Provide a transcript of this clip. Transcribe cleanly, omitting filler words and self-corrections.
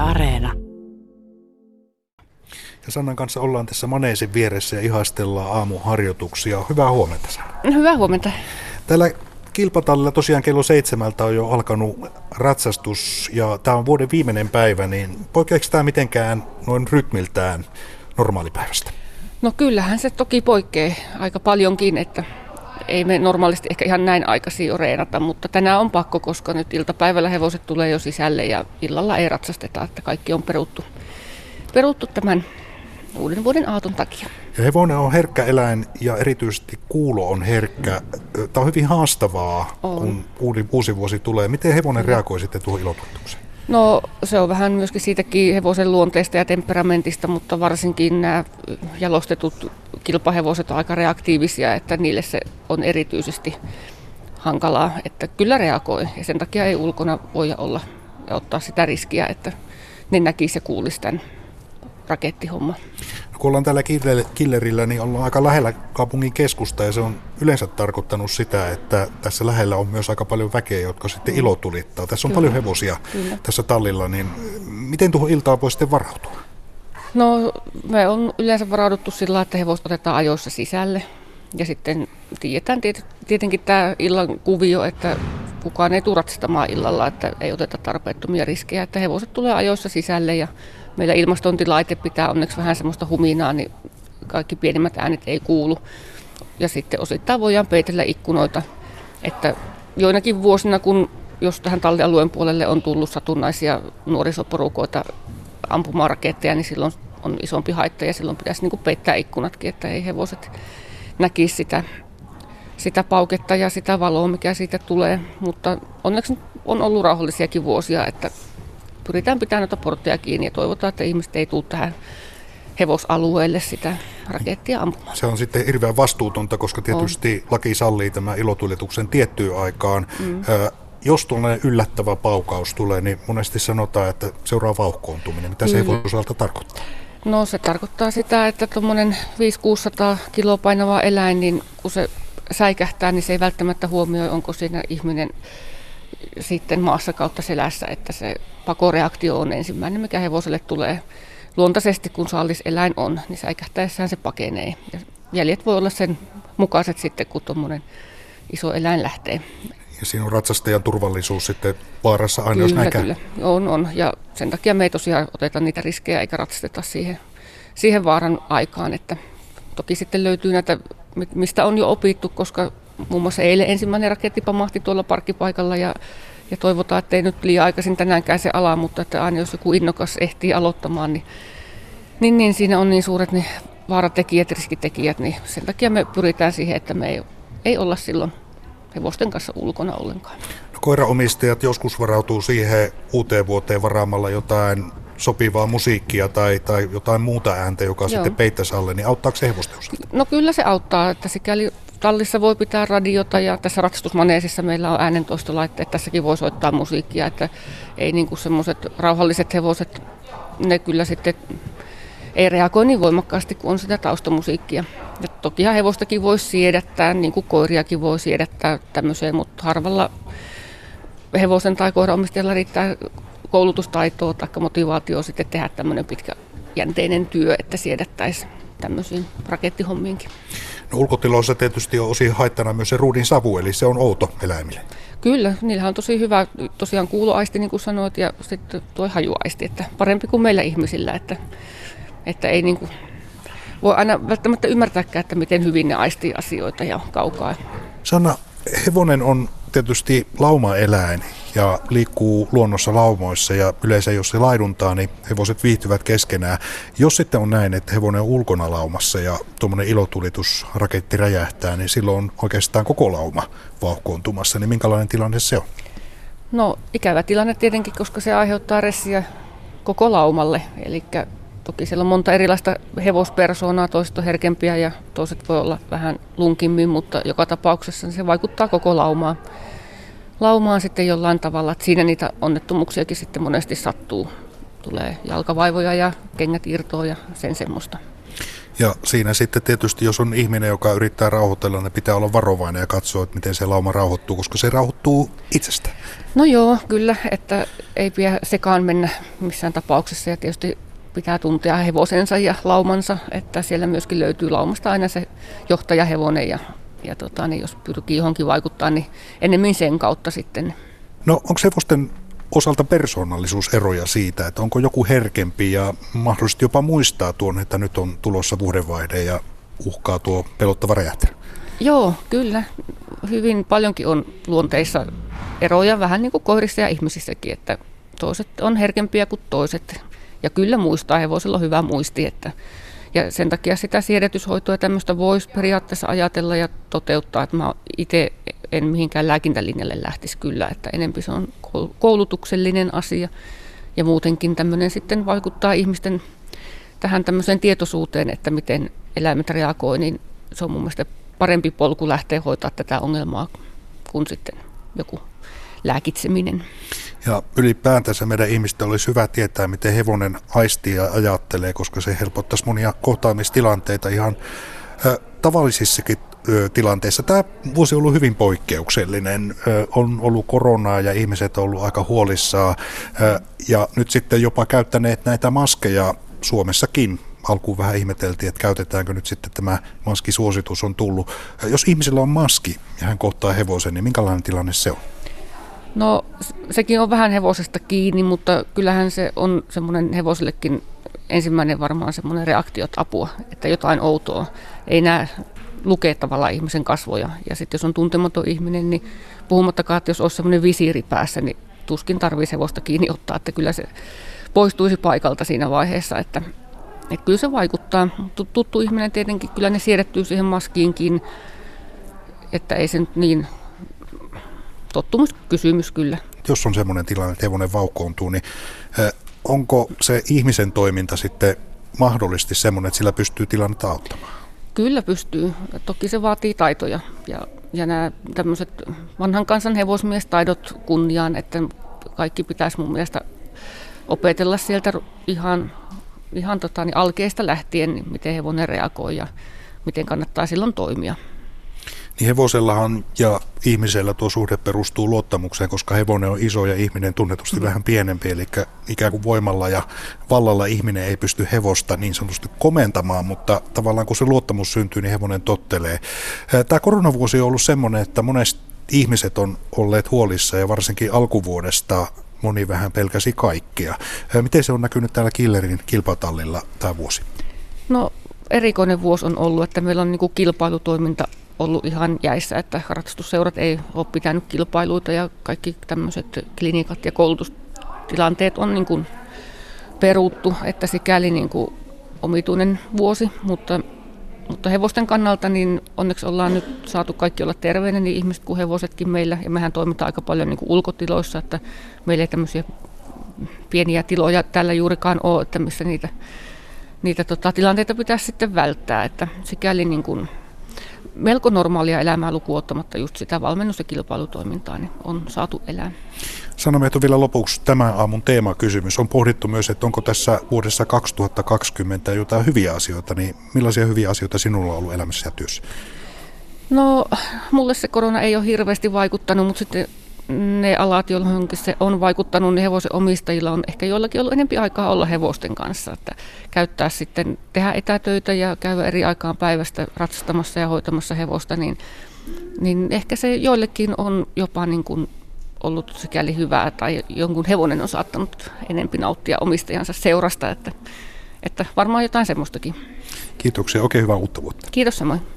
Areena. Ja Sannan kanssa ollaan tässä maneesin vieressä ja ihastellaan aamuharjoituksia. Hyvää huomenta, Sanna. Hyvää huomenta. Täällä kilpatallilla tosiaan kello 7 on jo alkanut ratsastus ja tämä on vuoden viimeinen päivä, niin poikkeako tämä mitenkään noin rytmiltään normaalipäivästä? No kyllähän se toki poikkeaa aika paljonkin, että ei me normaalisti ehkä ihan näin aikaisin jo reenata, mutta tänään on pakko, koska nyt iltapäivällä hevoset tulee jo sisälle ja illalla ei ratsasteta, että kaikki on peruttu tämän uuden vuoden aaton takia. Ja hevonen on herkkä eläin ja erityisesti kuulo on herkkä. Tämä on hyvin haastavaa, kun uusi vuosi tulee. Miten hevonen reagoi sitten tuohon ilotulitukseen? No se on vähän myöskin siitäkin hevosen luonteesta ja temperamentista, mutta varsinkin nämä jalostetut kilpahevoset on aika reaktiivisia, että niille se on erityisesti hankalaa, että kyllä reagoi ja sen takia ei ulkona voi olla ja ottaa sitä riskiä, että ne näkisi ja kuulisi tämän rakettihomman. No, kun ollaan täällä Killerillä, niin ollaan aika lähellä kaupungin keskusta ja se on yleensä tarkoittanut sitä, että tässä lähellä on myös aika paljon väkeä, jotka sitten ilotulittaa. Tässä on paljon hevosia tässä tallilla, niin miten tuohon iltaan voi sitten varautua? No me on yleensä varauduttu sillä, että hevoset otetaan ajoissa sisälle ja sitten tiedetään tietenkin tämä illan kuvio, että kukaan ei tule ratsastamaan illalla, että ei oteta tarpeettomia riskejä, että hevoset tulee ajoissa sisälle ja meillä ilmastointilaite pitää onneksi vähän semmoista huminaa, niin kaikki pienimmät äänet ei kuulu. Ja sitten osittain voidaan peitellä ikkunoita, että joinakin vuosina, jos tähän tallialueen puolelle on tullut satunnaisia nuorisoporukoita ampumaan raketteja, niin silloin on isompi haitta ja silloin pitäisi niin kuin peittää ikkunatkin, että ei hevoset näkisi sitä pauketta ja sitä valoa, mikä siitä tulee. Mutta onneksi on ollut rauhallisiakin vuosia, että pyritään pitämään noita portteja kiinni ja toivotaan, että ihmiset ei tule tähän hevosalueelle sitä rakettia ampumaan. Se on sitten hirveän vastuutonta, koska tietysti laki sallii tämän ilotulituksen tiettyyn aikaan. Jos tuollainen yllättävä paukaus tulee, niin monesti sanotaan, että seuraa vauhkoontuminen. Mitä se hevosalta tarkoittaa? No se tarkoittaa sitä, että tuommoinen 500-600 kiloa painava eläin, niin kun se säikähtää, niin se ei välttämättä huomioi, onko siinä ihminen sitten maassa kautta selässä, että se pakoreaktio on ensimmäinen, mikä hevoselle tulee luontaisesti, kun salliseläin on, niin säikähtäessään se pakenee. Ja jäljet voi olla sen mukaiset sitten, kun tuommoinen iso eläin lähtee. Ja siinä on ratsastajan turvallisuus sitten vaarassa aina, jos näin käy. Kyllä, on. Ja sen takia me ei tosiaan oteta niitä riskejä eikä ratsasteta siihen vaaran aikaan. Että toki sitten löytyy näitä, mistä on jo opittu, koska muun muassa eilen ensimmäinen raketti pamahti tuolla parkkipaikalla ja toivotaan, että ei nyt liian aikaisin tänäänkään se ala, mutta että aina jos joku innokas ehtii aloittamaan, niin siinä on niin suuret ne vaaratekijät, riskitekijät, niin sen takia me pyritään siihen, että me ei olla silloin hevosten kanssa ulkona ollenkaan. No, koiraomistajat joskus varautuu siihen uuteen vuoteen varaamalla jotain sopivaa musiikkia tai jotain muuta ääntä, joka sitten peittäisi alle, niin auttaako se hevosten osalta? No kyllä se auttaa, että sikäli tallissa voi pitää radiota ja tässä ratsastusmaneesissa meillä on äänentoistolaitteet, tässäkin voi soittaa musiikkia, että ei niin kuin semmoiset rauhalliset hevoset, ne kyllä sitten ei reagoi niin voimakkaasti kuin on sitä taustamusiikkia. Ja tokihan hevostakin voi siedättää, niin kuin koiriakin voi siedättää tämmöiseen, mutta harvalla hevosen tai koiraomistajalla riittää koulutustaitoa tai motivaatioa sitten tehdä tämmöinen pitkäjänteinen työ, että siedättäisiin tämmöisiin rakettihommiinkin. No, ulkotiloissa tietysti on osin haittana myös se ruudin savu, eli se on outo eläimille. Kyllä, niillähän on tosi hyvä tosiaan kuuloaisti, niin kuin sanoit, ja sitten tuo hajuaisti, että parempi kuin meillä ihmisillä, että ei niin kuin voi aina välttämättä ymmärtääkään, että miten hyvin ne aistii asioita ja kaukaa. Sanna, hevonen on tietysti laumaeläin ja liikkuu luonnossa laumoissa ja yleensä jos se laiduntaa, niin hevoset viihtyvät keskenään. Jos sitten on näin, että hevonen on ulkona laumassa ja tuommoinen ilotulitusraketti räjähtää, niin silloin on oikeastaan koko lauma vauhkoontumassa, niin minkälainen tilanne se on? No ikävä tilanne tietenkin, koska se aiheuttaa ressiä koko laumalle, eli toki siellä on monta erilaista hevospersoonaa, toiset on herkempiä ja toiset voi olla vähän lunkimmin, mutta joka tapauksessa se vaikuttaa koko laumaan sitten jollain tavalla. Että siinä niitä onnettomuuksiakin sitten monesti sattuu. Tulee jalkavaivoja ja kengät irtoaa ja sen semmoista. Ja siinä sitten tietysti, jos on ihminen, joka yrittää rauhoitella, niin pitää olla varovainen ja katsoa, että miten se lauma rauhoittuu, koska se rauhoittuu itsestä. No joo, kyllä, että ei pidä sekaan mennä missään tapauksessa ja tietysti pitää tuntea hevosensa ja laumansa, että siellä myöskin löytyy laumasta aina se johtajahevonen ja niin jos pyrkii johonkin vaikuttaa, niin enemmän sen kautta sitten. No onko hevosten osalta persoonallisuuseroja siitä, että onko joku herkempi ja mahdollisesti jopa muistaa tuon, että nyt on tulossa vuodenvaihde ja uhkaa tuo pelottava räjähtely? Joo, kyllä. Hyvin paljonkin on luonteissa eroja, vähän niin kuin koirissa ja ihmisissäkin, että toiset on herkempiä kuin toiset. Ja kyllä muistaa, hevosilla on hyvä muisti, ja sen takia sitä siedätyshoitoa ja tämmöistä voisi periaatteessa ajatella ja toteuttaa, että mä itse en mihinkään lääkintälinjalle lähtisi kyllä, että enempi se on koulutuksellinen asia ja muutenkin tämmöinen sitten vaikuttaa ihmisten tähän tämmöiseen tietoisuuteen, että miten eläimet reagoi, niin se on mun mielestä parempi polku lähteä hoitaa tätä ongelmaa kuin sitten joku lääkitseminen. Ja ylipäätänsä meidän ihmisten olisi hyvä tietää, miten hevonen aistii ja ajattelee, koska se helpottaisi monia kohtaamistilanteita ihan tavallisissakin tilanteissa. Tämä vuosi on ollut hyvin poikkeuksellinen. On ollut koronaa ja ihmiset on ollut aika huolissaan ja nyt sitten jopa käyttäneet näitä maskeja Suomessakin. Alkuun vähän ihmeteltiin, että käytetäänkö nyt sitten tämä maskisuositus on tullut. Jos ihmisellä on maski ja hän kohtaa hevosen, niin minkälainen tilanne se on? No sekin on vähän hevosesta kiinni, mutta kyllähän se on semmoinen hevosellekin ensimmäinen varmaan semmoinen reaktio, että apua, että jotain outoa. Ei näe lukea tavallaan ihmisen kasvoja. Ja sitten jos on tuntematon ihminen, niin puhumattakaan, että jos olisi semmoinen visiiri päässä, niin tuskin tarvitsisi hevosta kiinni ottaa, että kyllä se poistuisi paikalta siinä vaiheessa, että kyllä se vaikuttaa. Tuttu ihminen tietenkin, kyllä ne siedettyy siihen maskiinkin, että ei se nyt niin tottumuskysymys kyllä. Jos on semmoinen tilanne, että hevonen vauhkoontuu, niin onko se ihmisen toiminta sitten mahdollisesti semmoinen, että sillä pystyy tilannetta auttamaan? Kyllä pystyy. Toki se vaatii taitoja ja nämä tämmöiset vanhan kansan hevosmiestaidot kunniaan, että kaikki pitäisi mun mielestä opetella sieltä ihan alkeista lähtien, niin miten hevonen reagoi ja miten kannattaa silloin toimia. Niin hevosellahan ja ihmisellä tuo suhde perustuu luottamukseen, koska hevonen on iso ja ihminen tunnetusti vähän pienempi, eli ikään kuin voimalla ja vallalla ihminen ei pysty hevosta niin sanotusti komentamaan, mutta tavallaan kun se luottamus syntyy, niin hevonen tottelee. Tämä koronavuosi on ollut semmoinen, että monesti ihmiset on olleet huolissa ja varsinkin alkuvuodesta moni vähän pelkäsi kaikkea. Miten se on näkynyt täällä Killerin kilpatallilla tämä vuosi? No erikoinen vuosi on ollut, että meillä on niin kuin kilpailutoiminta ollut ihan jäissä, että harrastusseurat ei ole pitänyt kilpailuita ja kaikki tämmöiset klinikat ja koulutustilanteet on niin kuin peruttu, että sikäli niin kuin omituinen vuosi, mutta hevosten kannalta niin onneksi ollaan nyt saatu kaikki olla terveenä, niin ihmiset kuin hevosetkin meillä, ja mehän toimitaan aika paljon niin kuin ulkotiloissa, että meillä ei tämmöisiä pieniä tiloja tällä juurikaan ole, että missä niitä tilanteita pitäisi sitten välttää, että sikäli niin kuin melko normaalia elämää lukuun ottamatta just sitä valmennus- ja kilpailutoimintaa niin on saatu elää. Sanomme vielä lopuksi tämän aamun teemakysymys. On pohdittu myös, että onko tässä vuodessa 2020 jotain hyviä asioita, niin millaisia hyviä asioita sinulla on ollut elämässä ja työssä? No, mulle se korona ei ole hirveästi vaikuttanut, mutta sitten ne alat, joihin se on vaikuttanut, niin hevosen omistajilla on ehkä joillakin ollut enemmän aikaa olla hevosten kanssa, että käyttää sitten, tehdä etätöitä ja käydä eri aikaan päivästä ratsastamassa ja hoitamassa hevosta, niin ehkä se joillekin on jopa niin kuin ollut sikäli hyvää, tai jonkun hevonen on saattanut enemmän nauttia omistajansa seurasta, että varmaan jotain semmoistakin. Kiitoksia, oikein hyvää uutta vuotta. Kiitos samoin.